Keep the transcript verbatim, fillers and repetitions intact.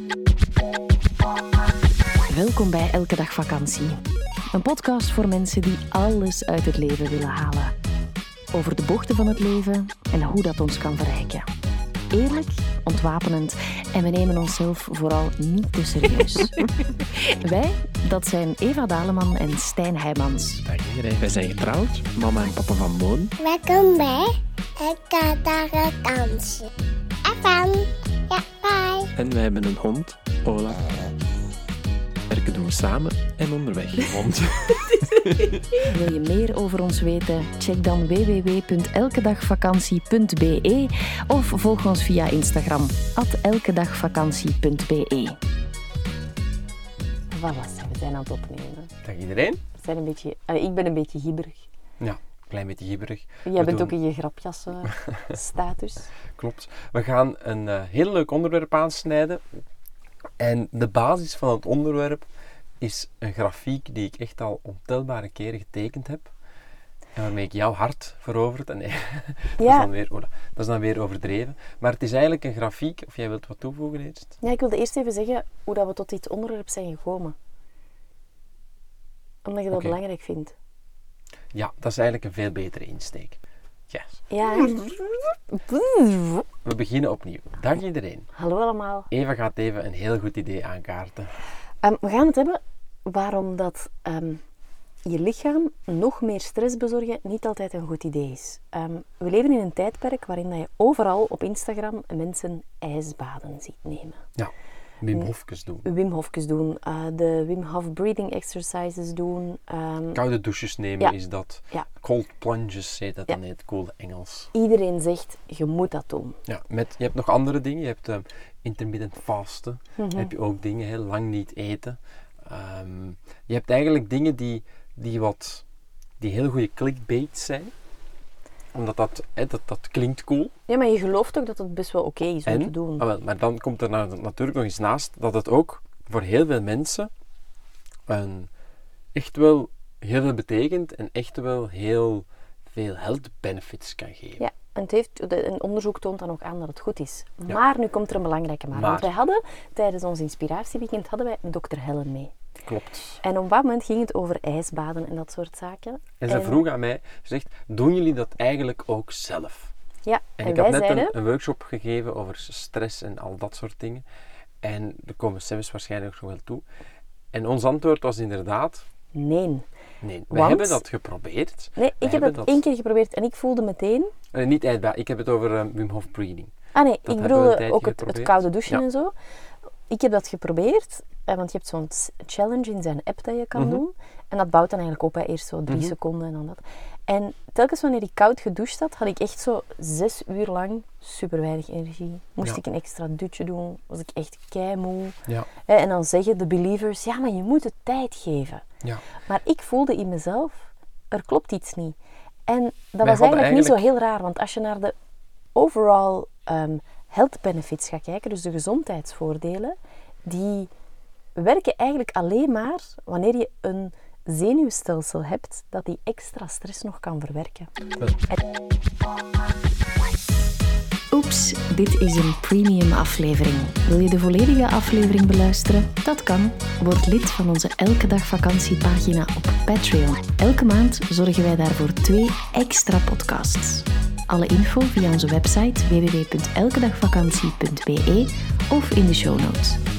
Welkom bij Elke Dag Vakantie. Een podcast voor mensen die alles uit het leven willen halen. Over de bochten van het leven en hoe dat ons kan verrijken. Eerlijk, ontwapenend en we nemen onszelf vooral niet te serieus. Wij, dat zijn Eva Daleman en Stijn Heijmans. Dag iedereen, wij zijn getrouwd, mama en papa van Moon. Welkom bij Elke Dag Vakantie. F M, ja, bye. En wij hebben een hond, Ola. Werken doen we samen en onderweg een hond. Wil je meer over ons weten? Check dan w w w punt elkedagvakantie punt b e of volg ons via Instagram, at elkedagvakantie punt b e. Voilà, we zijn aan het opnemen. Dag iedereen. We zijn een beetje, uh, ik ben een beetje gibberig. Ja, een klein beetje gibberig. Jij We bent doen... ook in je grapjas uh, status. Klopt. We gaan een uh, heel leuk onderwerp aansnijden. En de basis van het onderwerp is een grafiek die ik echt al ontelbare keren getekend heb. En waarmee ik jouw hart veroverd. En nee, dat, Ja. is dan weer, oh, dat is dan weer overdreven. Maar het is eigenlijk een grafiek. Of jij wilt wat toevoegen eerst? Ja, ik wilde eerst even zeggen hoe dat we tot dit onderwerp zijn gekomen. Omdat je dat Oké. belangrijk vindt. Ja, dat is eigenlijk een veel betere insteek. Yes. Ja. We beginnen opnieuw. Dag iedereen. Hallo allemaal. Eva gaat even een heel goed idee aankaarten. Um, we gaan het hebben waarom dat um, je lichaam nog meer stress bezorgen niet altijd een goed idee is. Um, we leven in een tijdperk waarin dat je overal op Instagram mensen ijsbaden ziet nemen. Ja, Wim Hofkes doen. Wim Hofkes doen, uh, de Wim Hof breathing exercises doen. Um, Koude douches nemen Ja. is dat. Ja. Cold plunges heet dat Ja. dan in het coole Engels. Iedereen zegt, je moet dat doen. Ja, met, je hebt nog andere dingen. Je hebt um, intermittent fasten. Mhm. Dan heb je ook dingen, heel lang niet eten. Um, je hebt eigenlijk dingen die, die, wat, die heel goede clickbait zijn. Omdat dat, hè, dat, dat klinkt cool. Ja, maar je gelooft ook dat het best wel oké is om En, te doen. ah, wel, maar dan komt er nou natuurlijk nog eens naast dat het ook voor heel veel mensen een, echt wel heel veel betekent en echt wel heel veel health benefits kan geven. Ja, en het heeft, de- een onderzoek toont dan ook aan dat het goed is. Ja. Maar nu komt er een belangrijke maar. Maar. Want wij hadden, tijdens ons inspiratieweekend, hadden wij dokter Helen mee. Klopt. En op dat moment ging het over ijsbaden en dat soort zaken. En ze vroeg aan mij, ze zegt, doen jullie dat eigenlijk ook zelf? Ja, En, en, ik wij had net zeiden... een, een workshop gegeven over stress en al dat soort dingen. En daar komen we zelfs waarschijnlijk nog wel toe. En ons antwoord was inderdaad, Nee. nee, we Want? hebben dat geprobeerd. Nee, ik We heb hebben het dat- één keer geprobeerd en ik voelde meteen... Eh, niet ijsbaden, ik heb het over um, Wim Hof breathing. Ah nee, Dat ik hebben we een bedoelde tijdje ook het, het geprobeerd. koude douchen Ja. en zo. Ik heb dat geprobeerd, eh, want je hebt zo'n s- challenge in zijn app dat je kan Mhm. doen. En dat bouwt dan eigenlijk op, hè. Eerst zo drie Mhm. seconden en dan dat. En telkens wanneer ik koud gedoucht had, had ik echt zo zes uur lang super weinig energie. Moest Ja. ik een extra dutje doen, was ik echt keimoe. Ja. Hè, En dan zeggen de believers, ja, maar je moet het tijd geven. Ja. Maar ik voelde in mezelf, er klopt iets niet. En dat was hadden eigenlijk, niet zo eigenlijk- heel raar, want als je naar de overall um, health benefits gaat kijken, dus de gezondheidsvoordelen, die werken eigenlijk alleen maar wanneer je een zenuwstelsel hebt dat die extra stress nog kan verwerken. Wel. Oeps, dit is een premium aflevering. Wil je de volledige aflevering beluisteren? Dat kan. Word lid van onze Elke Dag Vakantiepagina op Patreon. Elke maand zorgen wij daarvoor twee extra podcasts. Alle info via onze website w w w punt elkedagvakantie punt b e of in de show notes.